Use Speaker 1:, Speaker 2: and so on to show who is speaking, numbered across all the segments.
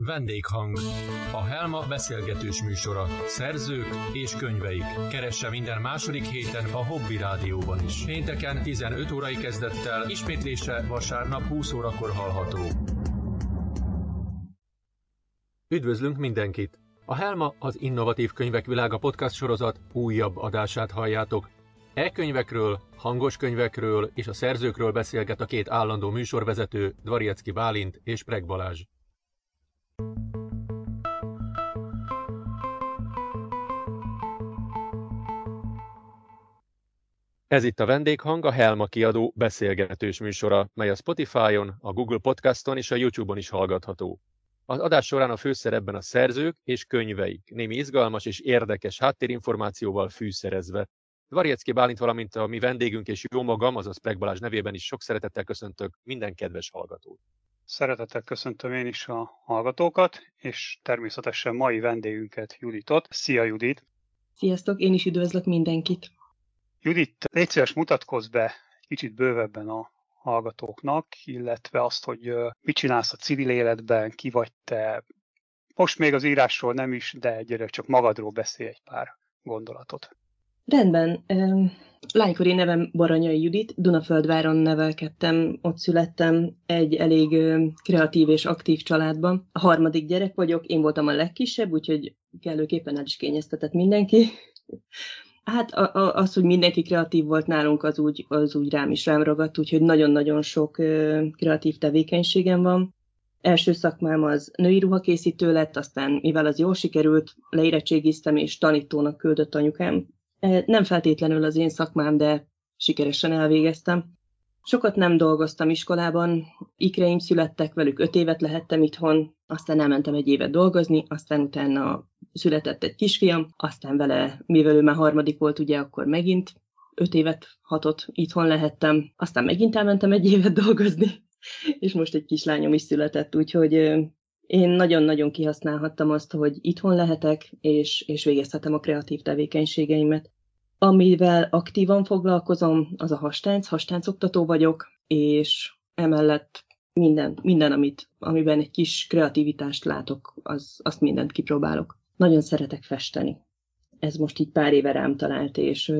Speaker 1: Vendéghang. A Helma beszélgetős műsora. Szerzők és könyveik. Keresse minden második héten a Hobby Rádióban is. Pénteken 15 órai kezdettel, ismétlése vasárnap 20 órakor hallható. Üdvözlünk mindenkit! A Helma, az Innovatív Könyvek Világa podcast sorozat újabb adását halljátok. E-könyvekről, hangos könyvekről és a szerzőkről beszélget a két állandó műsorvezető, Dvariecki Bálint és Preg Balázs. Ez itt a Vendéghang, a Helma kiadó beszélgetős műsora, mely a Spotify-on, a Google Podcaston és a YouTube-on is hallgatható. Az adás során a főszerepben a szerzők és könyveik, némi izgalmas és érdekes háttérinformációval fűszerezve. Dvariecki Bálint, valamint a mi vendégünk és jó magam, azaz Preg Balázs nevében is sok szeretettel köszöntök minden kedves hallgatót.
Speaker 2: Szeretettel köszöntöm én is a hallgatókat, és természetesen mai vendégünket, Juditot. Szia, Judit!
Speaker 3: Sziasztok, én is üdvözlök mindenkit!
Speaker 2: Judit, légy szíves, mutatkozz be kicsit bővebben a hallgatóknak, illetve azt, hogy mit csinálsz a civil életben, ki vagy te. Most még az írásról nem is, de gyere, csak magadról beszélj egy pár gondolatot.
Speaker 3: Rendben. Lánykori nevem Baranyai Judit, Dunaföldváron nevelkedtem, ott születtem egy elég kreatív és aktív családban. A harmadik gyerek vagyok, én voltam a legkisebb, úgyhogy kellőképpen el is kényeztetett mindenki. Hát az, hogy mindenki kreatív volt nálunk, az úgy rám ragadt, úgyhogy nagyon-nagyon sok kreatív tevékenységem van. Első szakmám az női ruhakészítő lett, aztán mivel az jól sikerült, leérettségiztem és tanítónak küldött anyukám. Nem feltétlenül az én szakmám, de sikeresen elvégeztem. Sokat nem dolgoztam iskolában, ikreim születtek, velük 5 évet lehettem itthon, aztán elmentem egy évet dolgozni, aztán utána született egy kisfiam, aztán vele, mivel ő már harmadik volt, ugye akkor megint 5 évet, 6-ot itthon lehettem, aztán megint elmentem egy évet dolgozni, és most egy kislányom is született, úgyhogy én nagyon-nagyon kihasználhattam azt, hogy itthon lehetek, és végezhetem a kreatív tevékenységeimet. Amivel aktívan foglalkozom, az a hastáncoktató vagyok, és emellett minden amiben egy kis kreativitást látok, azt mindent kipróbálok. Nagyon szeretek festeni. Ez most így pár éve rám talált,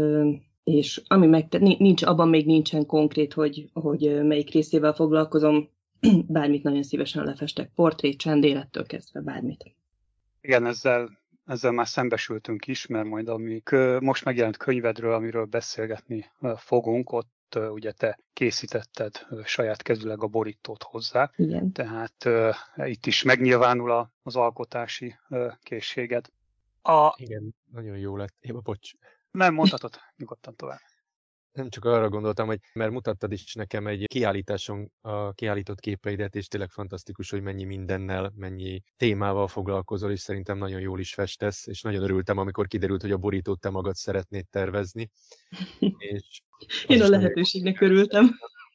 Speaker 3: és ami abban még nincsen konkrét, hogy melyik részével foglalkozom, bármit nagyon szívesen lefestek, portrét, csendélettől kezdve bármit.
Speaker 2: Igen, ezzel már szembesültünk is, mert majd most megjelent könyvedről, amiről beszélgetni fogunk, ott ugye te készítetted saját kezüleg a borítót hozzá.
Speaker 3: Igen.
Speaker 2: Tehát itt is megnyilvánul az alkotási készséged.
Speaker 1: Igen, nagyon jó lett. Bocs.
Speaker 2: Nem, mondhatod nyugodtan tovább.
Speaker 1: Nem csak arra gondoltam, hogy mert mutattad is nekem egy kiállításon a kiállított képeidet, és tényleg fantasztikus, hogy mennyi mindennel, mennyi témával foglalkozol, és szerintem nagyon jól is festesz, és nagyon örültem, amikor kiderült, hogy a borítót te magad szeretnéd tervezni. És
Speaker 3: én a lehetőségnek örültem.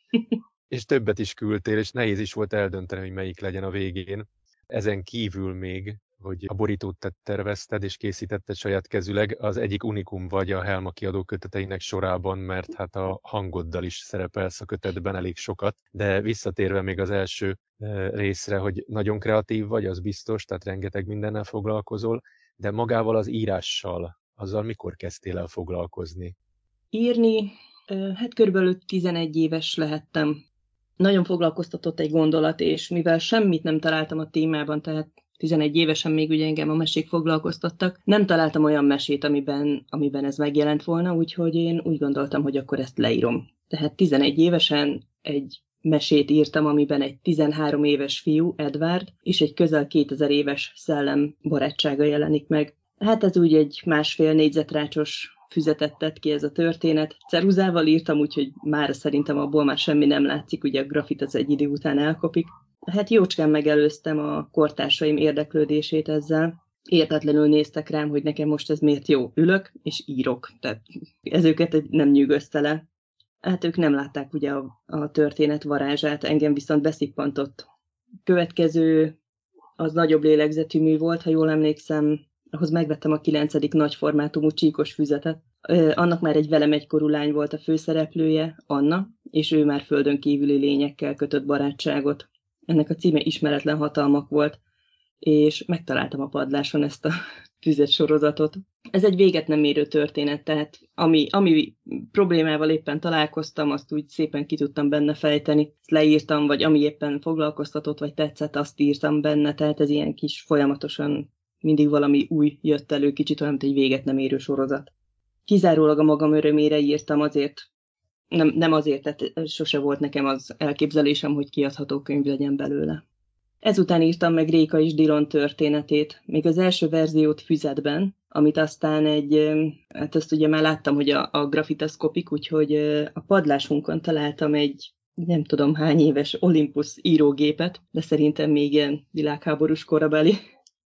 Speaker 1: És többet is küldtél, és nehéz is volt eldönteni, hogy melyik legyen a végén. Ezen kívül még, hogy a borítót te tervezted és készítetted saját kezüleg, az egyik unikum vagy a Helma kiadó köteteinek sorában, mert hát a hangoddal is szerepelsz a kötetben elég sokat, de visszatérve még az első részre, hogy nagyon kreatív vagy, az biztos, tehát rengeteg mindennel foglalkozol, de magával az írással, azzal mikor kezdtél el foglalkozni?
Speaker 3: Írni, hát körülbelül 11 éves lehettem. Nagyon foglalkoztatott egy gondolat, és mivel semmit nem találtam a témában, tehát 11 évesen még ugye engem a mesék foglalkoztattak, nem találtam olyan mesét, amiben ez megjelent volna, úgyhogy én úgy gondoltam, hogy akkor ezt leírom. Tehát 11 évesen egy mesét írtam, amiben egy 13 éves fiú, Edward, és egy közel 2000 éves szellem barátsága jelenik meg. Hát ez úgy egy 1,5 négyzetrácsos füzetet tett ki ez a történet. Ceruzával írtam, úgyhogy már szerintem abból már semmi nem látszik, ugye a grafit az egy idő után elkopik. Hát jócskán megelőztem a kortársaim érdeklődését ezzel. Értetlenül néztek rám, hogy nekem most ez miért jó. Ülök és írok, tehát ez őket nem nyűgözte le. Hát ők nem látták ugye a történet varázsát, engem viszont beszippantott. Következő az nagyobb lélegzetű mű volt, ha jól emlékszem, ahhoz megvettem a 9. nagyformátumú csíkos füzetet. Annak már egy velem egykorú lány volt a főszereplője, Anna, és ő már földön kívüli lényekkel kötött barátságot. Ennek a címe Ismeretlen hatalmak volt. és megtaláltam a padláson ezt a füzet sorozatot. Ez egy véget nem érő történet, tehát ami problémával éppen találkoztam, azt úgy szépen ki tudtam benne fejteni. Ezt leírtam, vagy ami éppen foglalkoztatott, vagy tetszett, azt írtam benne, tehát ez ilyen kis folyamatosan mindig valami új jött elő, kicsit olyan, mint egy véget nem érő sorozat. Kizárólag a magam örömére írtam, azért, nem azért, tehát sose volt nekem az elképzelésem, hogy kiadható könyv legyen belőle. Ezután írtam meg Réka és Dillon történetét, még az első verziót füzetben, amit aztán hát azt ugye már láttam, hogy a Graphitas kopik, úgyhogy a padlásunkon találtam egy nem tudom hány éves Olympus írógépet, de szerintem még ilyen világháborús korabeli,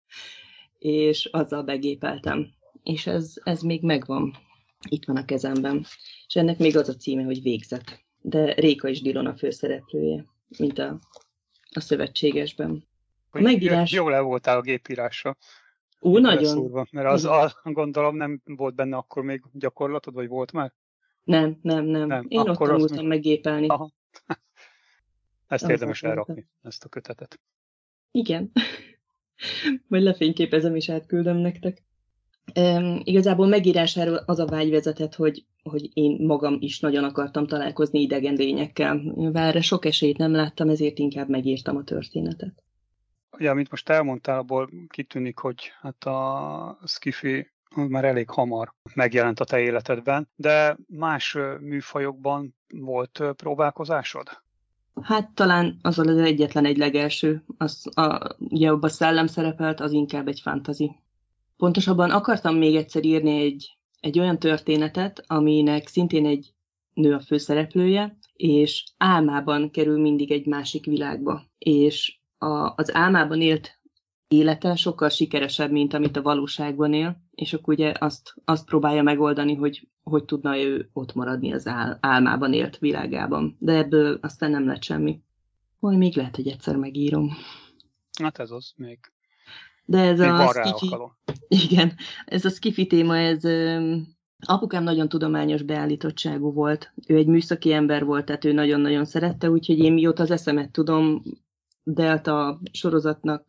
Speaker 3: és azzal begépeltem. És ez még megvan. Itt van a kezemben. És ennek még az a címe, hogy Végzet. De Réka és Dillon a főszereplője, mint a szövetségesben. A megírás...
Speaker 2: Jól el voltál a gépírásra.
Speaker 3: Nagyon.
Speaker 2: Leszúrva, mert az gondolom nem volt benne akkor még gyakorlatod, vagy volt már?
Speaker 3: Nem. Én ott tanultam meggépelni.
Speaker 2: Aha. Ezt érdemes elrakni, ezt a kötetet.
Speaker 3: Igen. Majd lefényképezem és átküldöm nektek. Igazából megírásáról az a vágy vezetett, hogy én magam is nagyon akartam találkozni idegen lényekkel. Erre sok esélyt nem láttam, ezért inkább megírtam a történetet.
Speaker 2: Ugye, amit most elmondtál, abból kitűnik, hogy hát a sci-fi már elég hamar megjelent a te életedben, de más műfajokban volt próbálkozásod?
Speaker 3: Hát talán az az egyetlen egy legelső. Ugye abban a szellem szerepelt, az inkább egy fantasy. Pontosabban akartam még egyszer írni egy olyan történetet, aminek szintén egy nő a főszereplője, és álmában kerül mindig egy másik világba. És az álmában élt élete sokkal sikeresebb, mint amit a valóságban él, és akkor ugye azt próbálja megoldani, hogy tudna ő ott maradni az álmában élt világában. De ebből aztán nem lett semmi. Majd még lehet, hogy egyszer megírom.
Speaker 2: Hát ez az még.
Speaker 3: De ez a sci-fi... Igen, ez a sci-fi téma, apukám nagyon tudományos beállítottságú volt. Ő egy műszaki ember volt, tehát ő nagyon-nagyon szerette, úgyhogy én mióta az eszemet tudom, Delta sorozatnak,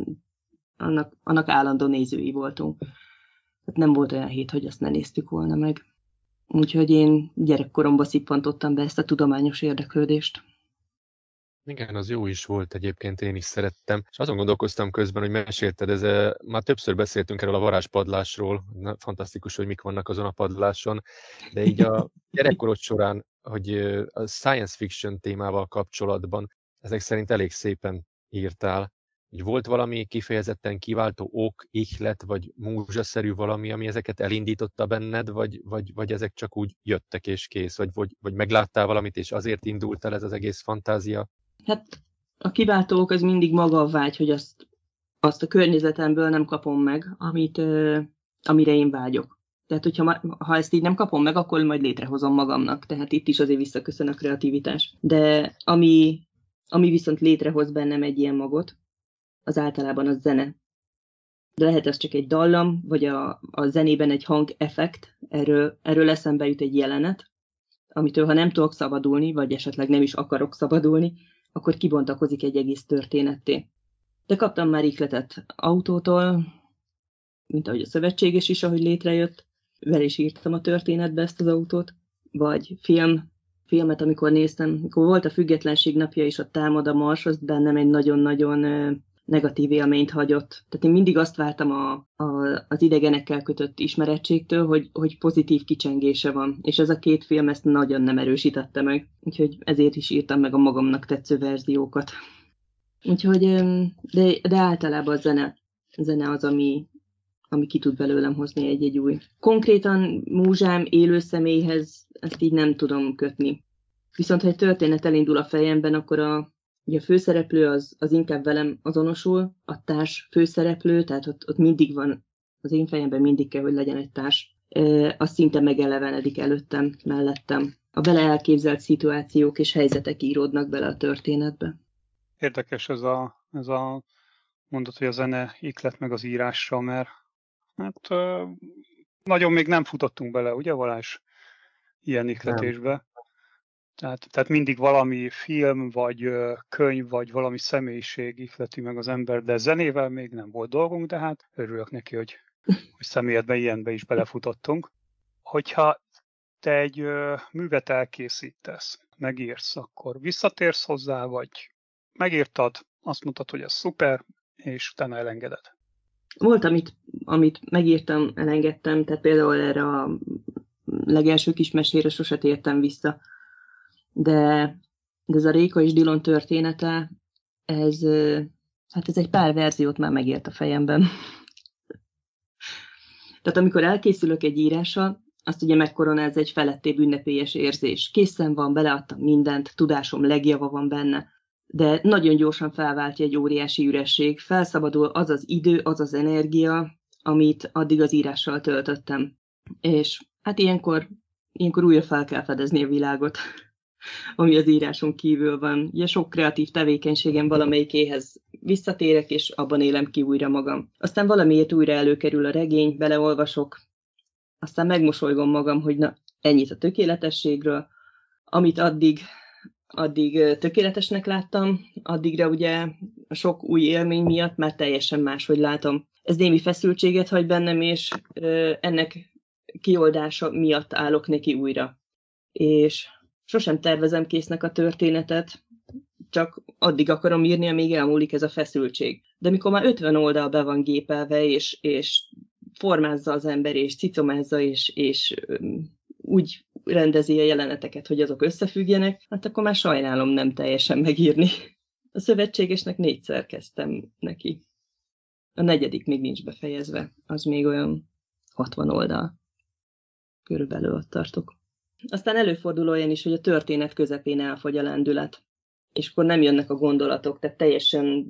Speaker 3: annak állandó nézői voltunk. Tehát nem volt olyan hét, hogy azt ne néztük volna meg. Úgyhogy én gyerekkoromban szippantottam be ezt a tudományos érdeklődést.
Speaker 1: Igen, az jó is volt egyébként, én is szerettem. És azon gondolkoztam közben, hogy mesélted, már többször beszéltünk erről a varázspadlásról, fantasztikus, hogy mik vannak azon a padláson, de így a gyerekkorod során, hogy a science fiction témával kapcsolatban ezek szerint elég szépen írtál. Hogy volt valami kifejezetten kiváltó ok, ihlet, vagy múzsaszerű valami, ami ezeket elindította benned, vagy ezek csak úgy jöttek és kész, vagy megláttál valamit, és azért indult el ez az egész fantázia?
Speaker 3: Hát a kiváltó ok az mindig maga a vágy, hogy azt a környezetemből nem kapom meg, amire én vágyok. Tehát, ha ezt így nem kapom meg, akkor majd létrehozom magamnak. Tehát itt is azért visszaköszön a kreativitás. De ami viszont létrehoz bennem egy ilyen magot, az általában a zene. De lehet ez csak egy dallam, vagy a zenében egy hangeffekt, erről eszembe jut egy jelenet, amitől ha nem tudok szabadulni, vagy esetleg nem is akarok szabadulni, akkor kibontakozik egy egész történetté. De kaptam már ihletet autótól, mint ahogy a szövetséges is, ahogy létrejött, vele is írtam a történetbe ezt az autót, vagy filmet, amikor néztem, amikor volt a Függetlenség napja és a Támad a Mars, az bennem egy nagyon-nagyon negatív élményt hagyott. Tehát én mindig azt vártam az idegenekkel kötött ismerettségtől, hogy pozitív kicsengése van. És ez a két film ezt nagyon nem erősítette meg. Úgyhogy ezért is írtam meg a magamnak tetsző verziókat. Úgyhogy, de általában a zene az, ami ki tud belőlem hozni egy új. Konkrétan múzsám, élő személyhez ezt így nem tudom kötni. Viszont ha egy történet elindul a fejemben, akkor ugye a főszereplő az inkább velem azonosul, a társ főszereplő, tehát ott mindig van, az én fejemben mindig kell, hogy legyen egy társ. Az szinte megelevenedik előttem, mellettem. A vele elképzelt szituációk és helyzetek íródnak bele a történetbe.
Speaker 2: Érdekes ez a mondat, hogy a zene iklet meg az írásra, mert hát nagyon még nem futottunk bele, ugye Balázs, ilyen ikletésbe. Tehát mindig valami film, vagy könyv, vagy valami személyiség ihleti meg az ember, de zenével még nem volt dolgunk, de hát örülök neki, hogy személyedbe ilyenbe is belefutottunk. Hogyha te egy művet elkészítesz, megírsz, akkor visszatérsz hozzá, vagy megírtad, azt mondtad, hogy ez szuper, és utána elengeded.
Speaker 3: Volt, amit megírtam, elengedtem, tehát például erre a legelső kis mesére sose tértem vissza. De ez a Réka és Dillon története, ez egy pár verziót már megélt a fejemben. Tehát amikor elkészülök egy írással, azt ugye megkoronáz egy felettébb ünnepélyes érzés. Készen van, beleadtam mindent, tudásom legjava van benne, de nagyon gyorsan felváltja egy óriási üresség, felszabadul az az idő, az az energia, amit addig az írással töltöttem. És hát ilyenkor újra fel kell fedezni a világot, ami az íráson kívül van. Ugye sok kreatív tevékenységem valamelyikéhez visszatérek, és abban élem ki újra magam. Aztán valamiért újra előkerül a regény, beleolvasok, aztán megmosolygom magam, hogy na, ennyit a tökéletességről, amit addig tökéletesnek láttam, addigra ugye a sok új élmény miatt már teljesen máshogy látom. Ez némi feszültséget hagy bennem, és ennek kioldása miatt állok neki újra. És sosem tervezem késznek a történetet, csak addig akarom írni, amíg elmúlik ez a feszültség. De mikor már 50 oldal be van gépelve, és formázza az ember, és cicomázza, és úgy rendezi a jeleneteket, hogy azok összefüggjenek, hát akkor már sajnálom nem teljesen megírni. A szövetségesnek 4-szer kezdtem neki. A 4. még nincs befejezve, az még olyan 60 oldal. Körülbelül ott tartok. Aztán előfordul olyan is, hogy a történet közepén elfogy a lendület, és akkor nem jönnek a gondolatok, tehát teljesen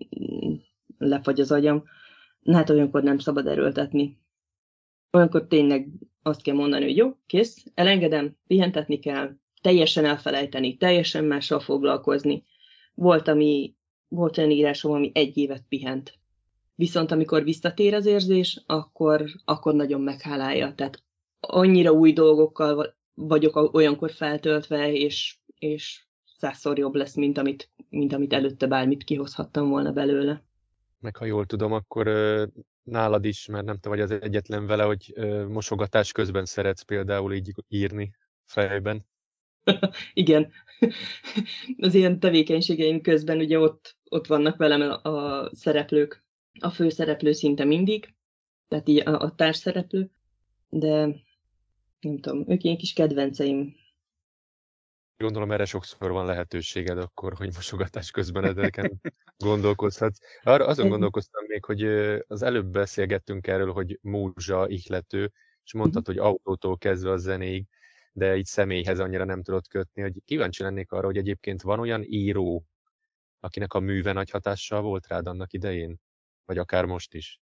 Speaker 3: lefagy az agyam. Hát olyankor nem szabad erőltetni. Olyankor tényleg azt kell mondani, hogy jó, kész, elengedem, pihentetni kell, teljesen elfelejteni, teljesen mással foglalkozni. Volt olyan írásom, ami 1 évet pihent. Viszont amikor visszatér az érzés, akkor nagyon meghálálja. Tehát annyira új dolgokkal vagyok olyankor feltöltve, és 100-szor jobb lesz, mint amit előtte bármit kihozhattam volna belőle.
Speaker 1: Meg ha jól tudom, akkor nálad is, mert nem te vagy az egyetlen vele, hogy mosogatás közben szeretsz például így írni fejben.
Speaker 3: Igen. Az ilyen tevékenységeim közben ugye ott vannak velem a szereplők. A főszereplő szinte mindig, tehát így a társszereplő, de nem tudom, ők ilyen kis kedvenceim.
Speaker 1: Gondolom erre sokszor van lehetőséged akkor, hogy mosogatás közben ezeken gondolkozhatsz. Azon gondolkoztam még, hogy az előbb beszélgettünk erről, hogy múzsa, ihlető, és mondtad, hogy autótól kezdve a zenéig, de így személyhez annyira nem tudod kötni, hogy kíváncsi lennék arra, hogy egyébként van olyan író, akinek a műve nagy hatással volt rád annak idején? Vagy akár most is?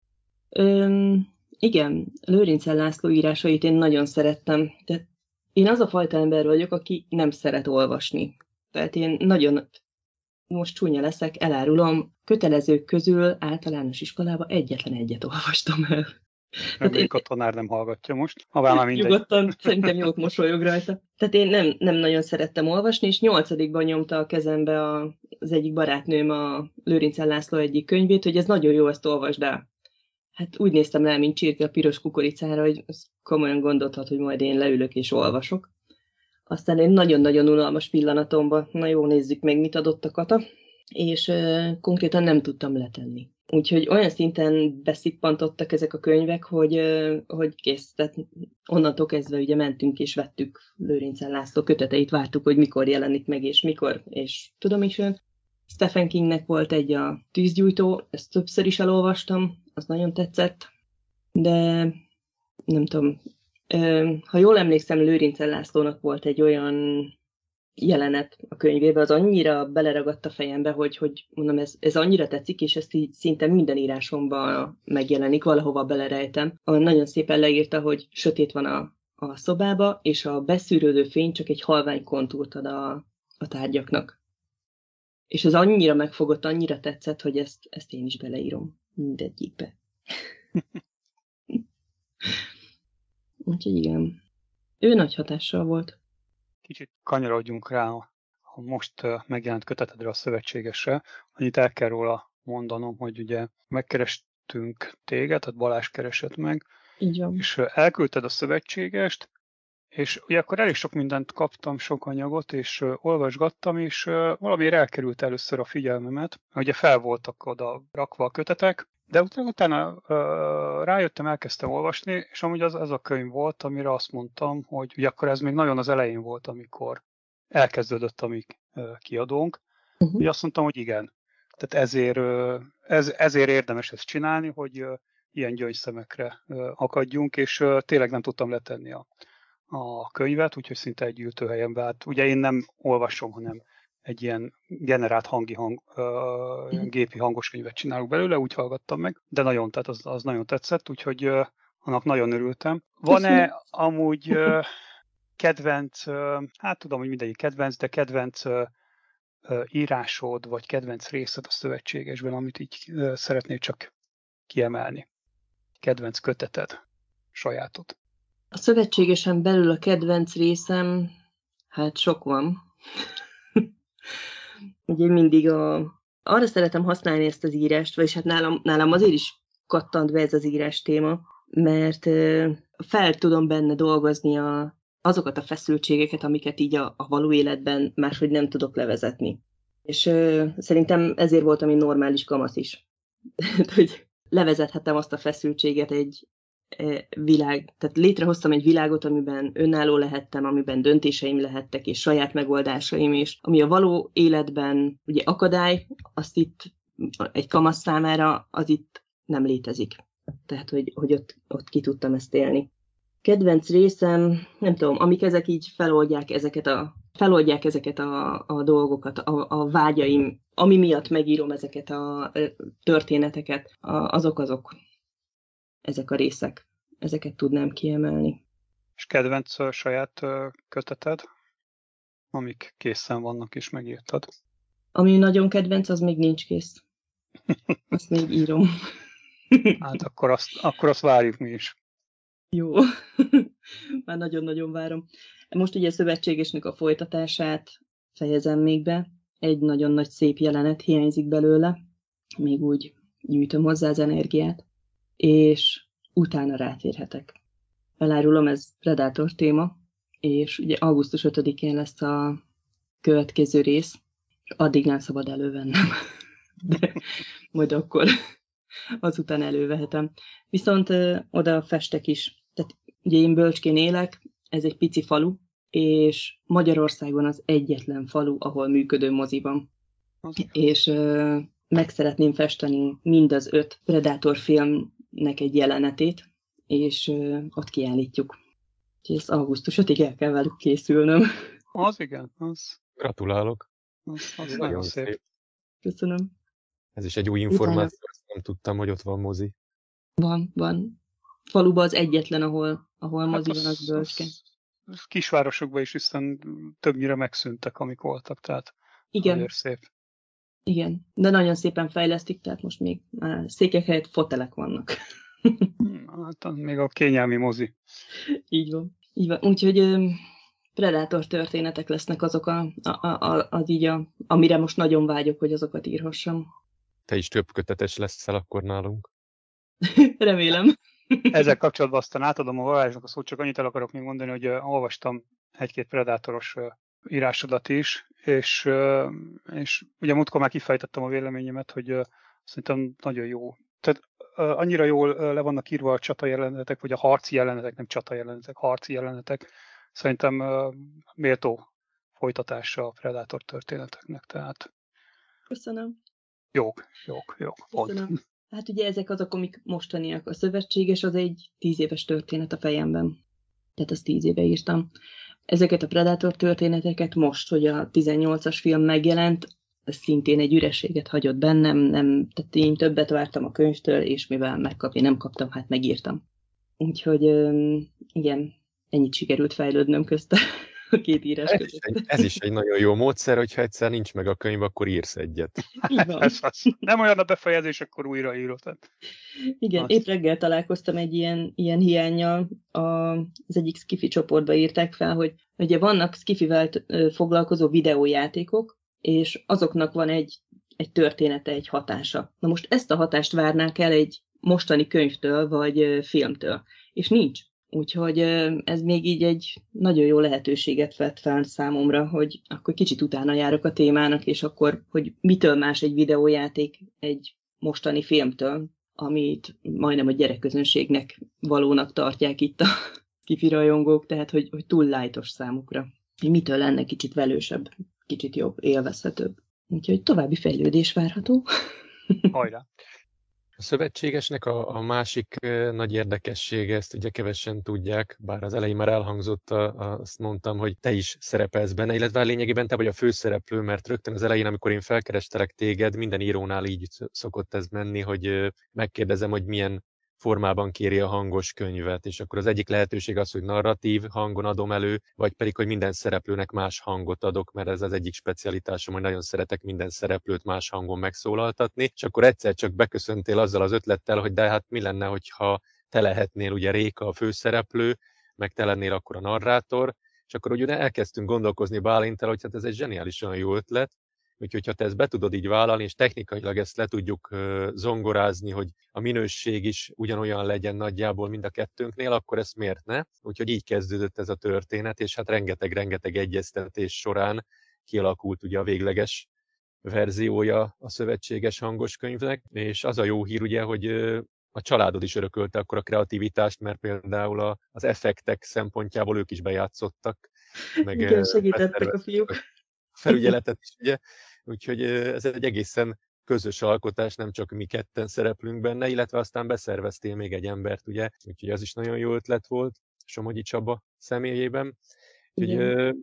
Speaker 3: Igen, Lőrincel László írásait én nagyon szerettem. Tehát én az a fajta ember vagyok, aki nem szeret olvasni. Tehát én nagyon, most csúnya leszek, elárulom, kötelezők közül általános iskolában egyetlen egyet olvastam el.
Speaker 2: Reméljük a tanár nem hallgatja most, ha már mindegy.
Speaker 3: Nyugodtan, szerintem jót mosolyog rajta. Tehát én nem nagyon szerettem olvasni, és 8-ban nyomta a kezembe az egyik barátnőm a Lőrincel László egyik könyvét, hogy ez nagyon jó, ezt olvasd el. Hát úgy néztem rá, mint csirke a piros kukoricára, hogy az komolyan gondoltad, hogy majd én leülök és olvasok. Aztán egy nagyon-nagyon unalmas pillanatomban, na jó, nézzük meg, mit adott a Kata, és konkrétan nem tudtam letenni. Úgyhogy olyan szinten beszippantottak ezek a könyvek, hogy kész. Tehát onnantól kezdve ugye mentünk és vettük Lőrincel László köteteit, vártuk, hogy mikor jelenik meg, és mikor, és tudom is ön. Stephen Kingnek volt egy a Tűzgyújtó, ezt többször is elolvastam, az nagyon tetszett, de nem tudom, ha jól emlékszem, Lőrincel Lászlónak volt egy olyan jelenet a könyvébe, az annyira beleragadt a fejembe, hogy mondom, ez annyira tetszik, és ezt így szinte minden írásomban megjelenik, valahova belerejtem. Nagyon szépen leírta, hogy sötét van a szobába, és a beszűrődő fény csak egy halvány kontúrt ad a tárgyaknak. És ez annyira megfogott, annyira tetszett, hogy ezt én is beleírom mindegyikbe. Úgyhogy igen. Ő nagy hatással volt.
Speaker 2: Kicsit kanyarodjunk rá a most megjelent kötetedre, a Szövetségesre. Annyit el kell róla mondanom, hogy ugye megkerestünk téged, tehát Balázs keresett meg,
Speaker 3: Így van.
Speaker 2: és elküldted a Szövetségest, és ugye akkor elég sok mindent kaptam, sok anyagot, és olvasgattam, és valamiért elkerült először a figyelmemet. Ugye fel voltak oda rakva a kötetek, de utána rájöttem, elkezdtem olvasni, és amúgy az a könyv volt, amire azt mondtam, hogy ugye akkor ez még nagyon az elején volt, amikor elkezdődött a mi kiadónk. Ugye azt mondtam, hogy igen. Tehát ezért érdemes ezt csinálni, hogy ilyen gyöngyszemekre akadjunk, és tényleg nem tudtam letenni a könyvet, úgyhogy szinte egy ültőhelyen vált. Ugye én nem olvasom, hanem egy ilyen generált gépi hangos könyvet csinálok belőle, úgy hallgattam meg, de nagyon, tehát az nagyon tetszett, úgyhogy annak nagyon örültem. Van-e amúgy kedvenc, hát tudom, hogy mindegyik kedvenc, de kedvenc írásod, vagy kedvenc részed a Szövetségesben, amit így szeretnél csak kiemelni? Kedvenc köteted, sajátot?
Speaker 3: A Szövetségesen belül a kedvenc részem, hát sok van. Ugye mindig arra szeretem használni ezt az írást, vagyis hát nálam azért is kattant be ez az írás téma, mert fel tudom benne dolgozni azokat a feszültségeket, amiket így a való életben máshogy nem tudok levezetni. És szerintem ezért voltam én normális kamasz is. Hogy levezethettem azt a feszültséget egy tehát létrehoztam egy világot, amiben önálló lehettem, amiben döntéseim lehettek, és saját megoldásaim, és ami a való életben ugye akadály, azt itt egy kamasz számára az itt nem létezik. Tehát, hogy ott ki tudtam ezt élni. Kedvenc részem, nem tudom, amik ezek így feloldják ezeket a dolgokat, a vágyaim, ami miatt megírom ezeket a történeteket, azok. Ezek a részek. Ezeket tudnám kiemelni.
Speaker 2: És kedvenc saját köteted, amik készen vannak és megírtad?
Speaker 3: Ami nagyon kedvenc, az még nincs kész. Azt még írom.
Speaker 2: Hát akkor azt várjuk mi is.
Speaker 3: Jó. Már nagyon-nagyon várom. Most ugye a Szövetségesnek a folytatását fejezem még be. Egy nagyon nagy szép jelenet hiányzik belőle. Még úgy gyűjtöm hozzá az energiát. És utána rátérhetek. Elárulom, ez Predator téma, és ugye augusztus 5-én lesz a következő rész, és addig nem szabad elővennem. De majd akkor azután elővehetem. Viszont oda festek is. Tehát ugye én Bölcskén élek, ez egy pici falu, és Magyarországon az egyetlen falu, ahol működő mozi van. És meg szeretném festeni mind az 5 Predator filmnek egy jelenetét, és ott kiállítjuk. Úgyhogy ezt augusztus 5-ig el kell velük készülnöm.
Speaker 2: Az igen, az.
Speaker 1: Gratulálok.
Speaker 2: Az nagyon szép.
Speaker 3: Köszönöm.
Speaker 1: Ez is egy új információ, ezt nem tudtam, hogy ott van mozi.
Speaker 3: Van. Faluban az egyetlen, ahol mozi van, az Bölcske.
Speaker 2: Kisvárosokban is hiszen többnyire megszűntek, amik voltak, tehát
Speaker 3: igen.
Speaker 2: Azért szép.
Speaker 3: Igen, de nagyon szépen fejlesztik, tehát most még székek helyett fotelek vannak.
Speaker 2: Hát még a kényelmi mozi.
Speaker 3: Így van. Úgyhogy Predator történetek lesznek azok amire most nagyon vágyok, hogy azokat írhassam.
Speaker 1: Te is több kötetes leszel akkor nálunk.
Speaker 3: Remélem.
Speaker 2: Ezzel kapcsolatban aztán átadom a Balázsnak a szót, csak annyit el akarok még mondani, hogy olvastam egy-két Predatoros írásodat is, és ugye múltkor már kifejtettem a véleményemet, hogy szerintem nagyon jó. Tehát annyira jól le vannak írva a csatajelenetek, vagy a harci jelenetek, nem csatajelenetek, harci jelenetek. Szerintem méltó folytatása a Predator történeteknek, tehát...
Speaker 3: Köszönöm.
Speaker 2: Jók.
Speaker 3: Köszönöm. Hát ugye ezek azok, amik mostaniak. A Szövetséges az egy 10 éves történet a fejemben. Tehát azt 10 éve írtam. Ezeket a Predator történeteket most, hogy a 18-as film megjelent, ez szintén egy ürességet hagyott bennem, tehát én többet vártam a könyvtől, és mivel megkapni nem kaptam, hát megírtam. Úgyhogy igen, ennyit sikerült fejlődnöm közte. a két írás között.
Speaker 1: Ez is egy nagyon jó módszer, hogyha egyszer nincs meg a könyv, akkor írsz egyet.
Speaker 3: Így van.
Speaker 2: Nem olyan a befejezés, akkor újraírod.
Speaker 3: Igen, épp reggel találkoztam egy ilyen hiánnyal, az egyik skifi csoportba írták fel, hogy ugye vannak skifivel foglalkozó videójátékok, és azoknak van egy története, egy hatása. Na most ezt a hatást várnák el egy mostani könyvtől, vagy filmtől, és nincs. Úgyhogy ez még így egy nagyon jó lehetőséget vett fel számomra, hogy akkor kicsit utána járok a témának, és akkor, hogy mitől más egy videójáték egy mostani filmtől, amit majdnem a gyerekközönségnek valónak tartják itt a skifi rajongók, tehát hogy túl lightos számukra. Mitől lenne kicsit velősebb, kicsit jobb, élvezhetőbb. Úgyhogy további fejlődés várható.
Speaker 2: Hajrá!
Speaker 1: A szövetségesnek a másik nagy érdekessége, ezt ugye kevesen tudják, bár az elején már elhangzott, azt mondtam, hogy te is szerepelsz benne, illetve lényegében te vagy a főszereplő, mert rögtön az elején, amikor én felkerestelek téged, minden írónál így szokott ez menni, hogy megkérdezem, hogy milyen formában kéri a hangos könyvet, és akkor az egyik lehetőség az, hogy narratív hangon adom elő, vagy pedig, hogy minden szereplőnek más hangot adok, mert ez az egyik specialitásom, hogy nagyon szeretek minden szereplőt más hangon megszólaltatni, és akkor egyszer csak beköszöntél azzal az ötlettel, hogy de hát mi lenne, hogyha te lehetnél ugye Réka a főszereplő, meg te lennél akkor a narrátor, és akkor ugye elkezdtünk gondolkozni Bálinttal, hogy hát ez egy zseniálisan jó ötlet, úgyhogy ha te ezt be tudod így vállalni, és technikailag ezt le tudjuk zongorázni, hogy a minőség is ugyanolyan legyen nagyjából mind a kettőnknél, akkor ezt miért ne? Úgyhogy így kezdődött ez a történet, és hát rengeteg egyeztetés során kialakult ugye a végleges verziója a szövetséges hangos könyvnek, és az a jó hír ugye, hogy a családod is örökölte akkor a kreativitást, mert például az effektek szempontjából ők is bejátszottak. Meg
Speaker 3: igen, segítettek a fiúk.
Speaker 1: Felügyeletet is, ugye? Úgyhogy ez egy egészen közös alkotás, nem csak mi ketten szereplünk benne, illetve aztán beszerveztél még egy embert, ugye? Úgyhogy az is nagyon jó ötlet volt Somogyi Csaba személyében. Úgyhogy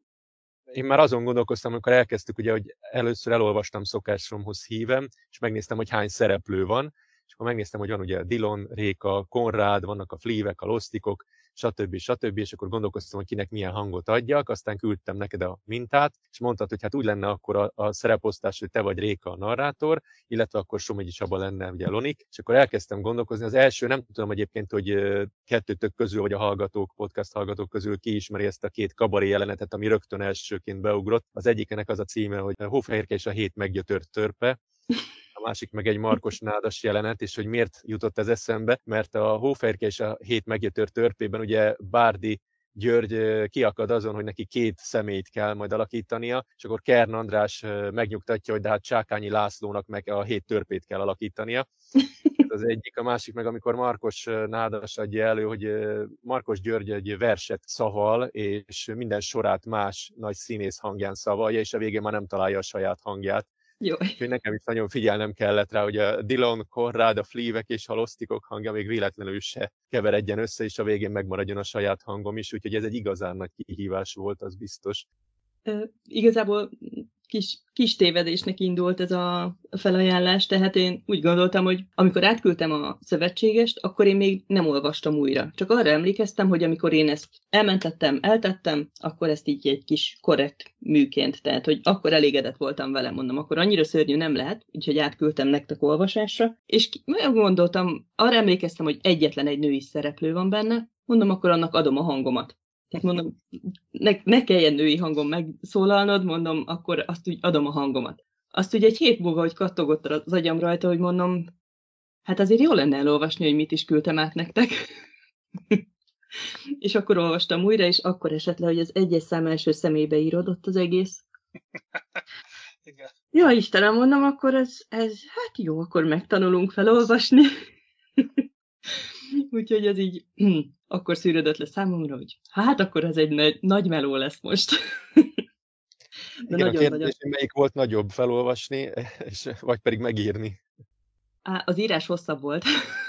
Speaker 1: én már azon gondolkoztam, amikor elkezdtük, ugye, hogy először elolvastam Szokásomhoz hívem, és megnéztem, hogy hány szereplő van, és akkor megnéztem, hogy van ugye Dillon, Réka, Konrád, vannak a Flívek, a Losztikok, stb. És akkor gondolkoztam, hogy kinek milyen hangot adjak, aztán küldtem neked a mintát, és mondtad, hogy hát úgy lenne akkor a szereposztás, hogy te vagy Réka a narrátor, illetve akkor Somogyi Csaba lenne ugye Lonik, és akkor elkezdtem gondolkozni. Az első, nem tudom egyébként, hogy kettőtök közül, vagy a hallgatók, podcast hallgatók közül ki ismeri ezt a két kabaré jelenetet, ami rögtön elsőként beugrott. Az egyiknek az a címe, hogy Hófehérke és a 7 meggyötört törpe, a másik meg egy Markos nádas jelenet, és hogy miért jutott ez eszembe, mert a Hófehérke és a 7 meggyötört törpében ugye Bárdi György kiakad azon, hogy neki 2 személyt kell majd alakítania, és akkor Kern András megnyugtatja, hogy de hát Csákányi Lászlónak meg a 7 törpét kell alakítania. Ez az egyik, a másik meg, amikor Markos nádas adja elő, hogy Markos György egy verset szaval, és minden sorát más nagy színész hangján szavalja, és a végén már nem találja a saját hangját.
Speaker 3: Jó.
Speaker 1: Úgyhogy nekem is nagyon figyelnem kellett rá, hogy a Dillon, Konrád, a Flívek és a Losztikok hangja még véletlenül se keveredjen össze, és a végén megmaradjon a saját hangom is, úgyhogy ez egy igazán nagy kihívás volt, az biztos.
Speaker 3: Igazából kis tévedésnek indult ez a felajánlás, tehát én úgy gondoltam, hogy amikor átküldtem a szövetségest, akkor én még nem olvastam újra. Csak arra emlékeztem, hogy amikor én ezt eltettem, akkor ezt így egy kis korrekt műként, tehát hogy akkor elégedett voltam vele, mondom, akkor annyira szörnyű nem lehet, úgyhogy átküldtem nektek olvasásra, és gondoltam, arra emlékeztem, hogy egyetlen egy női szereplő van benne, mondom, akkor annak adom a hangomat. Tehát mondom, ne kelljen női hangon megszólalnod, mondom, akkor azt úgy adom a hangomat. Azt ugye egy hét múlva, hogy kattogott az agyam rajta, hogy mondom, hát azért jó lenne elolvasni, hogy mit is küldtem át nektek. És akkor olvastam újra, és akkor esett le, hogy az egyes szám első személybe íródott az egész.
Speaker 2: Igen.
Speaker 3: Ja, Istenem, mondom, akkor ez hát jó, akkor megtanulunk felolvasni. Úgyhogy ez így akkor szűrődött le számomra, hogy hát akkor ez egy nagy meló lesz most.
Speaker 1: De igen, a kérdés, melyik volt nagyobb, felolvasni, vagy pedig megírni?
Speaker 3: Az írás hosszabb volt.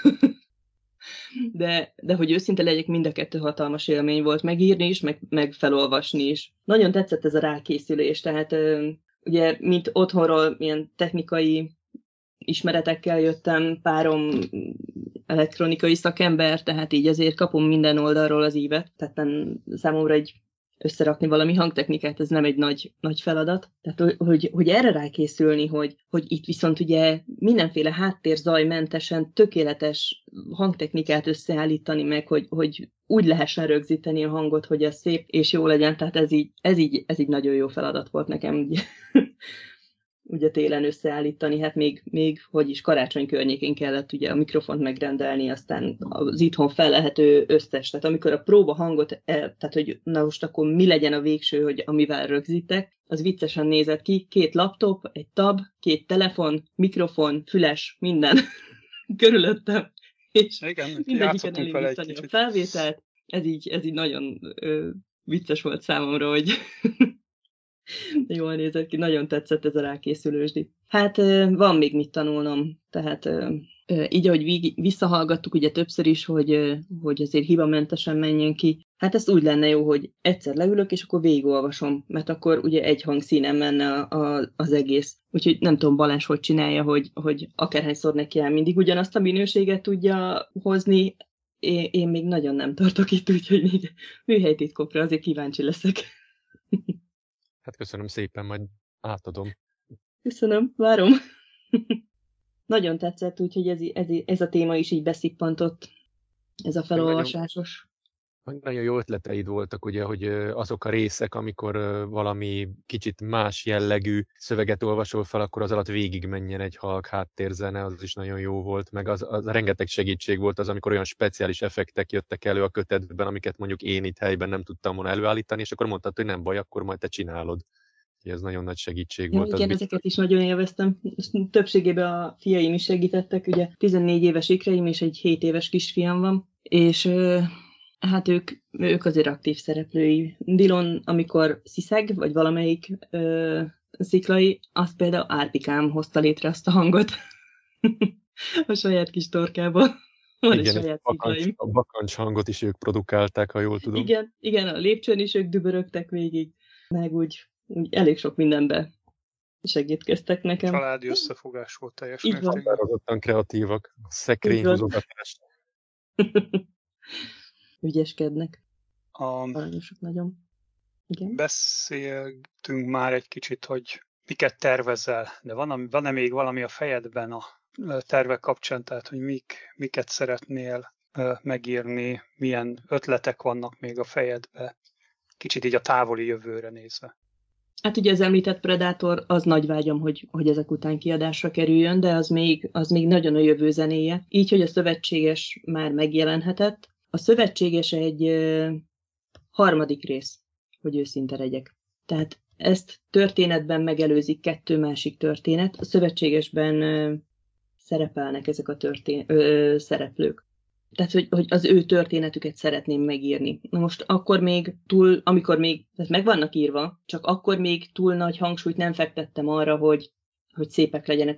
Speaker 3: De hogy őszinte legyek, mind a kettő hatalmas élmény volt megírni is, meg felolvasni is. Nagyon tetszett ez a rákészülés, tehát ugye, mint otthonról milyen technikai ismeretekkel jöttem, párom elektronikai szakember, tehát így azért kapom minden oldalról az ívet, tehát nem, számomra egy összerakni valami hangtechnikát, ez nem egy nagy feladat. Tehát, hogy erre rákészülni, hogy itt viszont ugye mindenféle háttérzajmentesen tökéletes hangtechnikát összeállítani meg, hogy úgy lehessen rögzíteni a hangot, hogy ez szép és jó legyen. Tehát ez így nagyon jó feladat volt nekem. Ugye télen összeállítani, hát még hogy is karácsony környékén kellett ugye a mikrofont megrendelni, aztán az itthon felelhető összes, tehát amikor a próba hangot, tehát hogy na most akkor mi legyen a végső, hogy amivel rögzítek, az viccesen nézett ki, 2 laptop, egy tab, 2 telefon, mikrofon, füles, minden körülöttem, és mindegyiken elindítani a felvételt, ez így nagyon vicces volt számomra, hogy jól nézett ki, nagyon tetszett ez a rákészülősdi. Hát van még mit tanulnom, tehát így, ahogy visszahallgattuk ugye többször is, hogy azért hibamentesen menjen ki, hát ez úgy lenne jó, hogy egyszer leülök, és akkor végigolvasom, mert akkor ugye egy hangszínen menne az egész. Úgyhogy nem tudom, Balázs hogy csinálja, hogy akárhányszor neki el mindig ugyanazt a minőséget tudja hozni. Én még nagyon nem tartok itt, úgyhogy még műhelytitkokra azért kíváncsi leszek.
Speaker 1: Hát köszönöm szépen, majd átadom.
Speaker 3: Köszönöm, várom. Nagyon tetszett, úgyhogy ez a téma is így beszippantott, ez a felolvasásos.
Speaker 1: Nagyon jó ötleteid voltak, ugye, hogy azok a részek, amikor valami kicsit más jellegű szöveget olvasol fel, akkor az alatt végig menjen egy halk háttérzene, az is nagyon jó volt, meg az rengeteg segítség volt az, amikor olyan speciális effektek jöttek elő a kötetben, amiket mondjuk én itt helyben nem tudtam volna előállítani, és akkor mondtad, hogy nem baj, akkor majd te csinálod. Ez nagyon nagy segítség volt.
Speaker 3: Igen, ezeket is nagyon élveztem. Többségében a fiaim is segítettek, ugye 14 éves ikreim és egy 7 éves kisfiam van, és hát ők azért aktív szereplői. Dillon, amikor sziszeg, vagy valamelyik sziklai, azt például Árpikám hozta létre azt a hangot a saját kis torkából. Van
Speaker 1: igen, saját a bakancs hangot is ők produkálták, ha jól tudom.
Speaker 3: Igen, a lépcsőn is ők dübörögtek végig, meg úgy elég sok mindenbe segítkeztek nekem.
Speaker 2: Családi összefogás volt teljes mértékben.
Speaker 1: Határozottan kreatívak. Szekrényhúzogatás.
Speaker 3: Ügyeskednek. Aranyosok nagyon. Igen.
Speaker 2: Beszéltünk már egy kicsit, hogy miket tervezel, de van-e még valami a fejedben a tervek kapcsán, tehát hogy miket szeretnél megírni, milyen ötletek vannak még a fejedben, kicsit így a távoli jövőre nézve.
Speaker 3: Hát ugye az említett Predator, az nagy vágyam, hogy ezek után kiadásra kerüljön, de az még nagyon a jövő zenéje. Így, hogy a szövetséges már megjelenhetett. A szövetséges egy harmadik rész, hogy őszinte legyek. Tehát ezt történetben megelőzik 2 másik történet. A szövetségesben szerepelnek ezek a szereplők. Tehát, hogy az ő történetüket szeretném megírni. Na most akkor még tehát meg vannak írva, csak akkor még túl nagy hangsúlyt nem fektettem arra, hogy szépek legyenek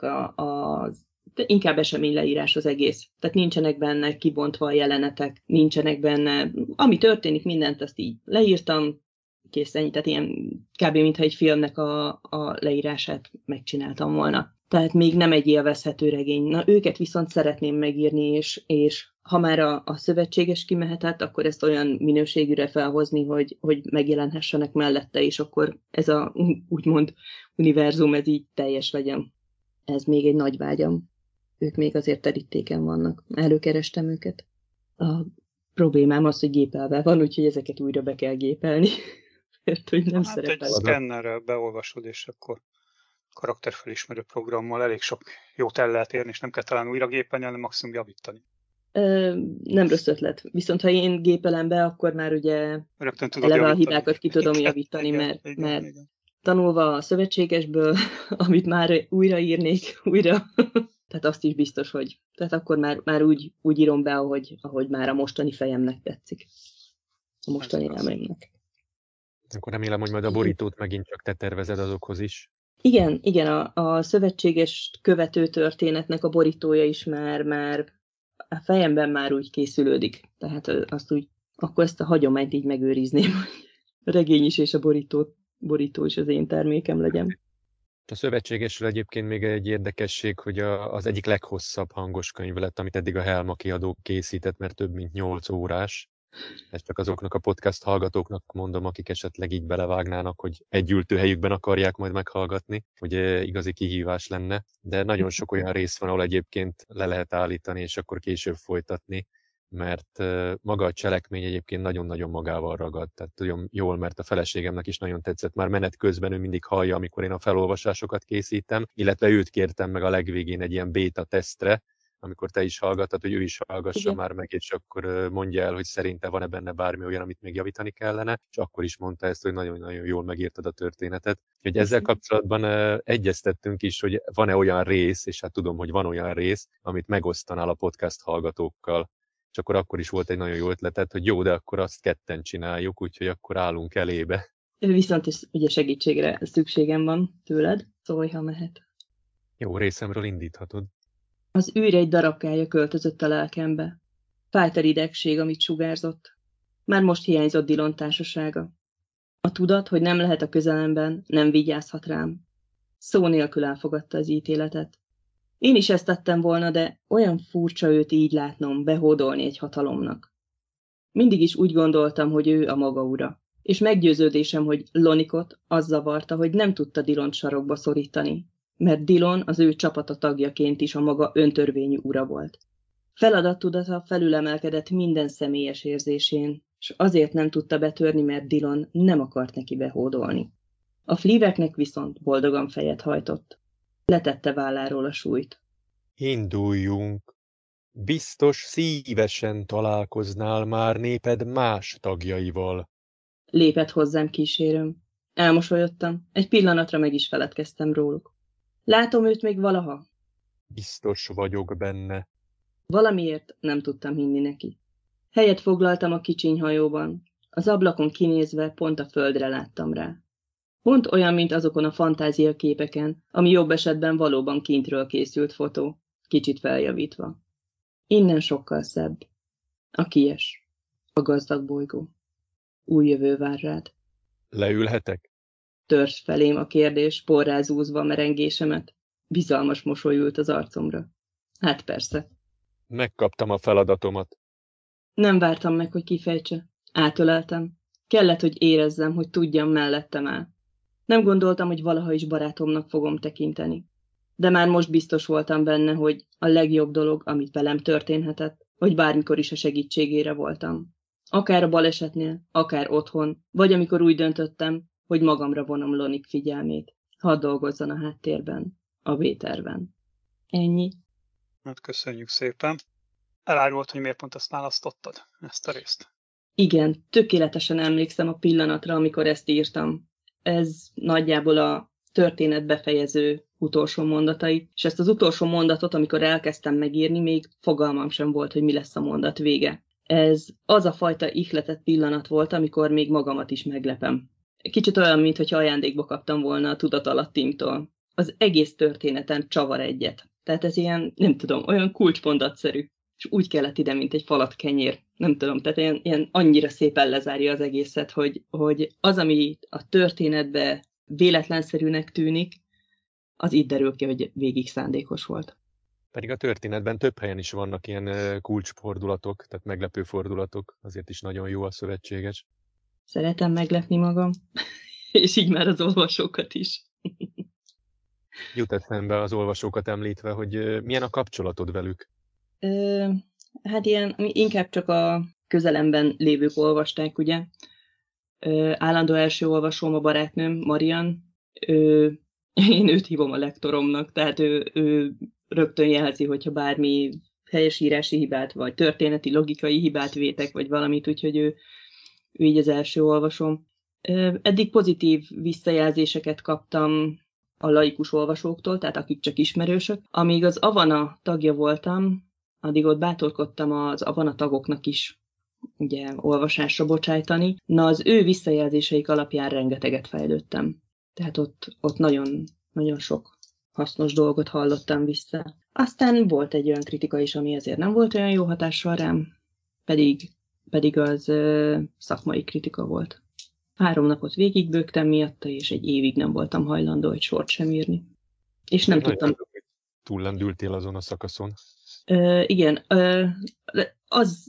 Speaker 3: inkább eseményleírás az egész. Tehát nincsenek benne kibontva a jelenetek, nincsenek benne, ami történik, mindent azt így leírtam, kész, ennyi. Tehát ilyen kb. Mintha egy filmnek a leírását megcsináltam volna. Tehát még nem egy élvezhető regény. Na, őket viszont szeretném megírni, és ha már a szövetséges kimehetett, akkor ezt olyan minőségűre felhozni, hogy megjelenhessenek mellette, és akkor ez a úgymond univerzum, ez így teljes legyen. Ez még egy nagy vágyam. Ők még azért terítéken vannak. Előkerestem őket. A problémám az, hogy gépelve van, úgyhogy ezeket újra be kell gépelni. Mert hogy nem szerepel.
Speaker 2: Egy szkennerrel beolvasod, és akkor karakterfelismerő programmal elég sok jót el lehet érni, és nem kell talán újra gépelni, hanem maximum javítani.
Speaker 3: Nem rossz ötlet. Viszont ha én gépelem be, akkor már ugye eleve a hibákat ki tudom javítani, mert tanulva a szövetségesből, amit már újraírnék, tehát azt is biztos, hogy tehát akkor már úgy írom be, ahogy már a mostani fejemnek tetszik. A mostani elmeimnek.
Speaker 1: Akkor remélem, hogy majd a borítót megint csak te tervezed azokhoz is.
Speaker 3: Igen, a szövetséges követő történetnek a borítója is már a fejemben már úgy készülődik. Tehát azt úgy, akkor ezt a hagyományt így megőrizném, hogy a regény is és a borító is az én termékem legyen.
Speaker 1: A szövetségesről egyébként még egy érdekesség, hogy az egyik leghosszabb hangos könyv lett, amit eddig a Helma kiadó készített, mert több mint 8 órás. Ezt csak azoknak a podcast hallgatóknak mondom, akik esetleg így belevágnának, hogy egy ültőhelyükben akarják majd meghallgatni, hogy igazi kihívás lenne. De nagyon sok olyan rész van, ahol egyébként le lehet állítani, és akkor később folytatni, mert maga a cselekmény egyébként nagyon-nagyon magával ragad. Tehát nagyon jól, mert a feleségemnek is nagyon tetszett. Már menet közben ő mindig hallja, amikor én a felolvasásokat készítem, illetve őt kértem meg a legvégén egy ilyen béta tesztre, amikor te is hallgattad, hogy ő is hallgassa
Speaker 3: Igen.
Speaker 1: már meg, és akkor mondja el, hogy szerinte van-e benne bármi olyan, amit még javítani kellene, és akkor is mondta ezt, hogy nagyon-nagyon jól megírtad a történetet. Úgyhogy ezzel kapcsolatban egyeztettünk is, hogy van-e olyan rész, és hát tudom, hogy van olyan rész, amit megosztanál a podcast hallgatókkal. És akkor is volt egy nagyon jó ötleted, hogy jó, de akkor azt ketten csináljuk, úgyhogy akkor állunk elébe.
Speaker 3: Viszont is ugye segítségre szükségem van tőled, szólj, ha mehet.
Speaker 1: Jó, részemről indíthatod.
Speaker 3: Az űr egy darabkája költözött a lelkembe. Fájt a ridegség, amit sugárzott. Már most hiányzott Dillon társasága. A tudat, hogy nem lehet a közelemben, nem vigyázhat rám. Szó nélkül elfogadta az ítéletet. Én is ezt tettem volna, de olyan furcsa őt így látnom, behódolni egy hatalomnak. Mindig is úgy gondoltam, hogy ő a maga ura. És meggyőződésem, hogy Lonikot az zavarta, hogy nem tudta Dillont sarokba szorítani, mert Dillon az ő csapata tagjaként is a maga öntörvényű ura volt. Feladattudata felülemelkedett minden személyes érzésén, és azért nem tudta betörni, mert Dillon nem akart neki behódolni. A Fleaveknek viszont boldogan fejet hajtott. Letette válláról a súlyt.
Speaker 1: Induljunk. Biztos szívesen találkoznál már néped más tagjaival.
Speaker 3: Lépett hozzám kísérőm. Elmosolyodtam, egy pillanatra meg is feledkeztem róluk. Látom őt még valaha?
Speaker 1: Biztos vagyok benne.
Speaker 3: Valamiért nem tudtam hinni neki. Helyet foglaltam a kicsiny hajóban. Az ablakon kinézve pont a földre láttam rá. Pont olyan, mint azokon a fantáziaképeken, ami jobb esetben valóban kintről készült fotó, kicsit feljavítva. Innen sokkal szebb. A kies. A gazdag bolygó. Új jövő vár rád.
Speaker 1: Leülhetek?
Speaker 3: Törzs felém a kérdés, porrá zúzva a merengésemet. Bizalmas mosoly ült az arcomra. Hát persze.
Speaker 1: Megkaptam a feladatomat.
Speaker 3: Nem vártam meg, hogy kifejtse. Átöleltem. Kellett, hogy érezzem, hogy tudjam, mellettem áll. Nem gondoltam, hogy valaha is barátomnak fogom tekinteni. De már most biztos voltam benne, hogy a legjobb dolog, amit velem történhetett, hogy bármikor is a segítségére voltam. Akár a balesetnél, akár otthon, vagy amikor úgy döntöttem, hogy magamra vonom Lonik figyelmét. Hadd dolgozzon a háttérben, a B-terven. Ennyi.
Speaker 2: Hát köszönjük szépen. Elárult, hogy miért pont ezt választottad, ezt a részt.
Speaker 3: Igen, tökéletesen emlékszem a pillanatra, amikor ezt írtam. Ez nagyjából a történet befejező utolsó mondatai, és ezt az utolsó mondatot, amikor elkezdtem megírni, még fogalmam sem volt, hogy mi lesz a mondat vége. Ez az a fajta ihletett pillanat volt, amikor még magamat is meglepem. Kicsit olyan, mintha ajándékba kaptam volna a tudatalattimtól. Az egész történeten csavar egyet. Tehát ez ilyen, nem tudom, olyan kulcsmondatszerű. És úgy kellett ide, mint egy falat kenyér. Nem tudom, tehát ilyen annyira szépen lezárja az egészet, hogy az, ami a történetben véletlenszerűnek tűnik, az itt derül ki, hogy végig szándékos volt.
Speaker 1: Pedig a történetben több helyen is vannak ilyen kulcsfordulatok, tehát meglepő fordulatok, azért is nagyon jó a szövetséges.
Speaker 3: Szeretem meglepni magam, és így már az olvasókat is.
Speaker 1: Jut eszembe az olvasókat említve, hogy milyen a kapcsolatod velük?
Speaker 3: Hát ilyen, inkább csak a közelemben lévők olvasták, ugye. Állandó első olvasóm a barátnőm, Marian. Én őt hívom a lektoromnak, tehát ő rögtön jelzi, hogyha bármi helyesírási hibát, vagy történeti, logikai hibát vétek, vagy valamit, úgyhogy ő így az első olvasom. Eddig pozitív visszajelzéseket kaptam a laikus olvasóktól, tehát akik csak ismerősök. Amíg az Avana tagja voltam, addig ott bátorkodtam az Avana tagoknak is ugye olvasásra bocsájtani. Na, az ő visszajelzéseik alapján rengeteget fejlődtem. Tehát ott nagyon, nagyon sok hasznos dolgot hallottam vissza. Aztán volt egy olyan kritika is, ami azért nem volt olyan jó hatással rám, pedig az szakmai kritika volt. 3 napot végigbőgtem miatta, és egy évig nem voltam hajlandó egy sort sem írni. És nem tudtam...
Speaker 1: Nagyon túllendültél azon a szakaszon.
Speaker 3: Igen, az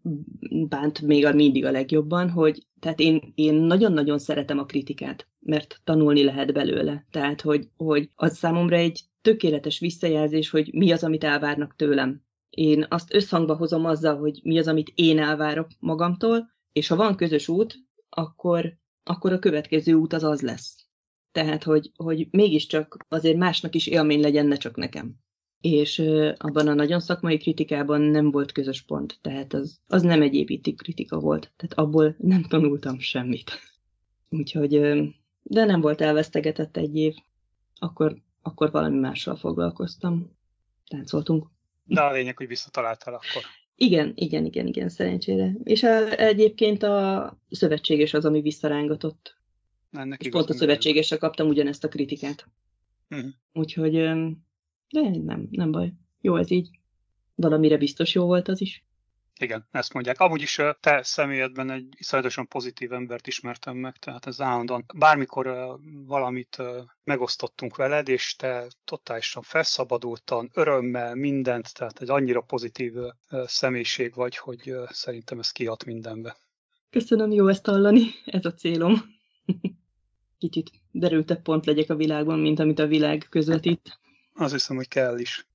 Speaker 3: bánt még mindig a legjobban, hogy tehát én nagyon-nagyon szeretem a kritikát, mert tanulni lehet belőle. Tehát, hogy az számomra egy tökéletes visszajelzés, hogy mi az, amit elvárnak tőlem. Én azt összhangba hozom azzal, hogy mi az, amit én elvárok magamtól, és ha van közös út, akkor a következő út az lesz. Tehát, hogy mégiscsak azért másnak is élmény legyen, ne csak nekem. És abban a nagyon szakmai kritikában nem volt közös pont, tehát az nem egy építő kritika volt, tehát abból nem tanultam semmit. Úgyhogy, de nem volt elvesztegetett egy év, akkor valami mással foglalkoztam, táncoltunk.
Speaker 2: De a lényeg, hogy visszataláltál akkor.
Speaker 3: Igen, szerencsére. És egyébként a szövetséges az, ami visszarángatott. És pont a szövetségesre kaptam ugyanezt a kritikát. Úgyhogy, de nem baj. Jó ez így. Valamire biztos jó volt az is.
Speaker 2: Igen, ezt mondják. Amúgy is te személyedben egy iszonyatosan pozitív embert ismertem meg, tehát ez állandóan. Bármikor valamit megosztottunk veled, és te totálisan felszabadultan, örömmel, mindent, tehát egy annyira pozitív személyiség vagy, hogy szerintem ez kihat mindenbe.
Speaker 3: Köszönöm, jó ezt hallani, ez a célom. Kicsit derültebb pont legyek a világban, mint amit a világ közvetít.
Speaker 2: Azt hiszem, hogy kell is.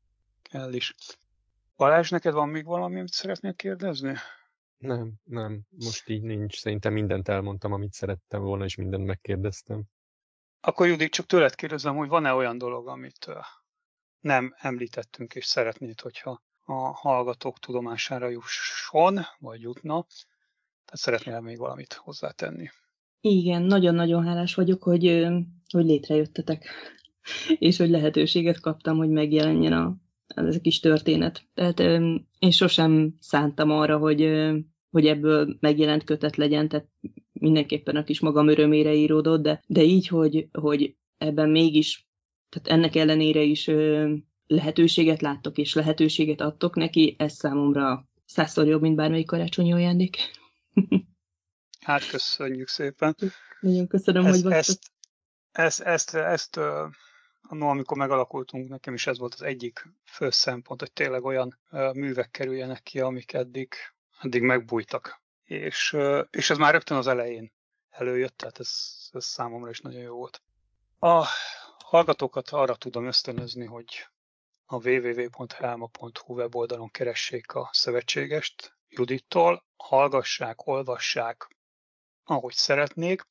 Speaker 2: Balázs, neked van még valami, amit szeretnél kérdezni?
Speaker 1: Nem. Most így nincs. Szerintem mindent elmondtam, amit szerettem volna, és mindent megkérdeztem.
Speaker 2: Akkor Judit, csak tőled kérdezem, hogy van-e olyan dolog, amit nem említettünk, és szeretnéd, hogyha a hallgatók tudomására jusson, vagy jutna. Tehát szeretnél még valamit hozzátenni.
Speaker 3: Igen, nagyon-nagyon hálás vagyok, hogy létrejöttetek, és hogy lehetőséget kaptam, hogy megjelenjen ez a kis történet. Tehát én sosem szántam arra, hogy ebből megjelent kötet legyen, tehát mindenképpen a kis magam örömére íródott, de így, hogy ebben mégis, tehát ennek ellenére is lehetőséget láttok, és lehetőséget adtok neki, ez számomra 100-szor jobb, mint bármelyik karácsonyi ajándék.
Speaker 2: Hát köszönjük szépen.
Speaker 3: Nagyon köszönöm, hogy vagytok.
Speaker 2: Ezt amikor megalakultunk, nekem is ez volt az egyik fő szempont, hogy tényleg olyan művek kerüljenek ki, amik eddig megbújtak. És ez már rögtön az elején előjött, tehát ez számomra is nagyon jó volt. A hallgatókat arra tudom ösztönözni, hogy a www.helma.hu weboldalon keressék a szövetségest Judittól, hallgassák, olvassák, ahogy szeretnék,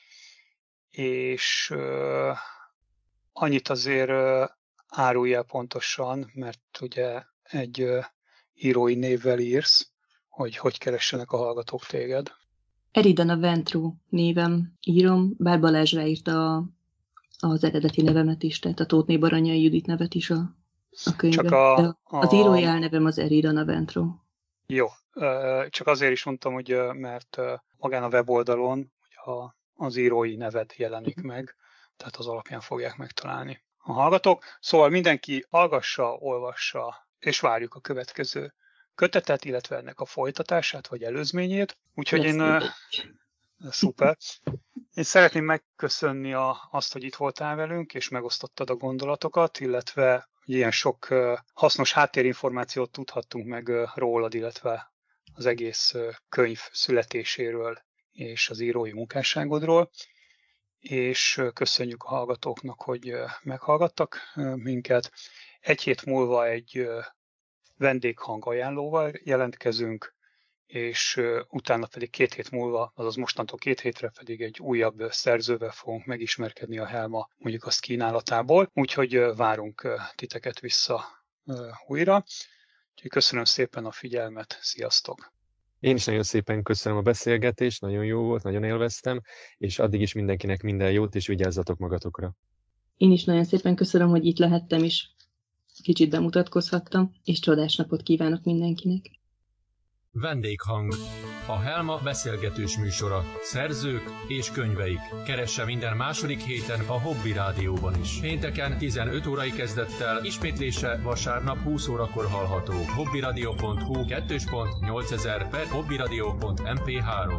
Speaker 2: és annyit azért árulj el pontosan, mert ugye egy írói névvel írsz, hogy keressenek a hallgatók téged.
Speaker 3: Eridana Ventru névem írom, bár Balázs ráírta az eredeti nevemet is, tehát a Tótné Baranyai Judit nevet is a könyvben. Az írói álnevem az Eridana Ventru.
Speaker 2: Jó, csak azért is mondtam, hogy mert magán a weboldalon az írói neved jelenik meg, tehát az alapján fogják megtalálni a hallgatók. Szóval mindenki hallgassa, olvassa, és várjuk a következő kötetet, illetve ennek a folytatását, vagy előzményét. Úgyhogy szuper. Én szeretném megköszönni azt, hogy itt voltál velünk, és megosztottad a gondolatokat, illetve hogy ilyen sok hasznos háttérinformációt tudhattunk meg rólad, illetve az egész könyv születéséről és az írói munkásságodról. És köszönjük a hallgatóknak, hogy meghallgattak minket. Egy hét múlva egy vendéghang ajánlóval jelentkezünk, és utána pedig 2 hét múlva, azaz mostantól 2 hétre pedig egy újabb szerzővel fogunk megismerkedni a Helma, mondjuk azt kínálatából. Úgyhogy várunk titeket vissza újra. Úgyhogy köszönöm szépen a figyelmet, sziasztok!
Speaker 1: Én is nagyon szépen köszönöm a beszélgetést, nagyon jó volt, nagyon élveztem, és addig is mindenkinek minden jót, és vigyázzatok magatokra.
Speaker 3: Én is nagyon szépen köszönöm, hogy itt lehettem, és kicsit bemutatkozhattam, és csodás napot kívánok mindenkinek.
Speaker 4: Vendéghang. A Helma beszélgetős műsora. Szerzők és könyveik. Keresse minden második héten a Hobby Rádióban is. Pénteken 15 órai kezdettel, ismétlése vasárnap 20 órakor hallható. hobbyradio.hu 2.8000 per hobbyradio.mp3.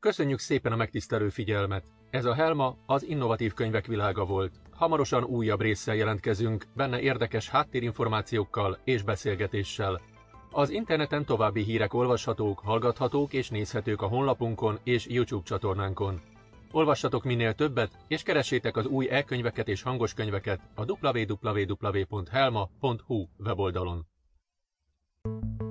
Speaker 4: Köszönjük szépen a megtisztelő figyelmet! Ez a Helma az innovatív könyvek világa volt. Hamarosan újabb résszel jelentkezünk, benne érdekes háttérinformációkkal és beszélgetéssel. Az interneten további hírek olvashatók, hallgathatók és nézhetők a honlapunkon és YouTube csatornánkon. Olvassatok minél többet, és keressétek az új e-könyveket és hangos könyveket a www.helma.hu weboldalon.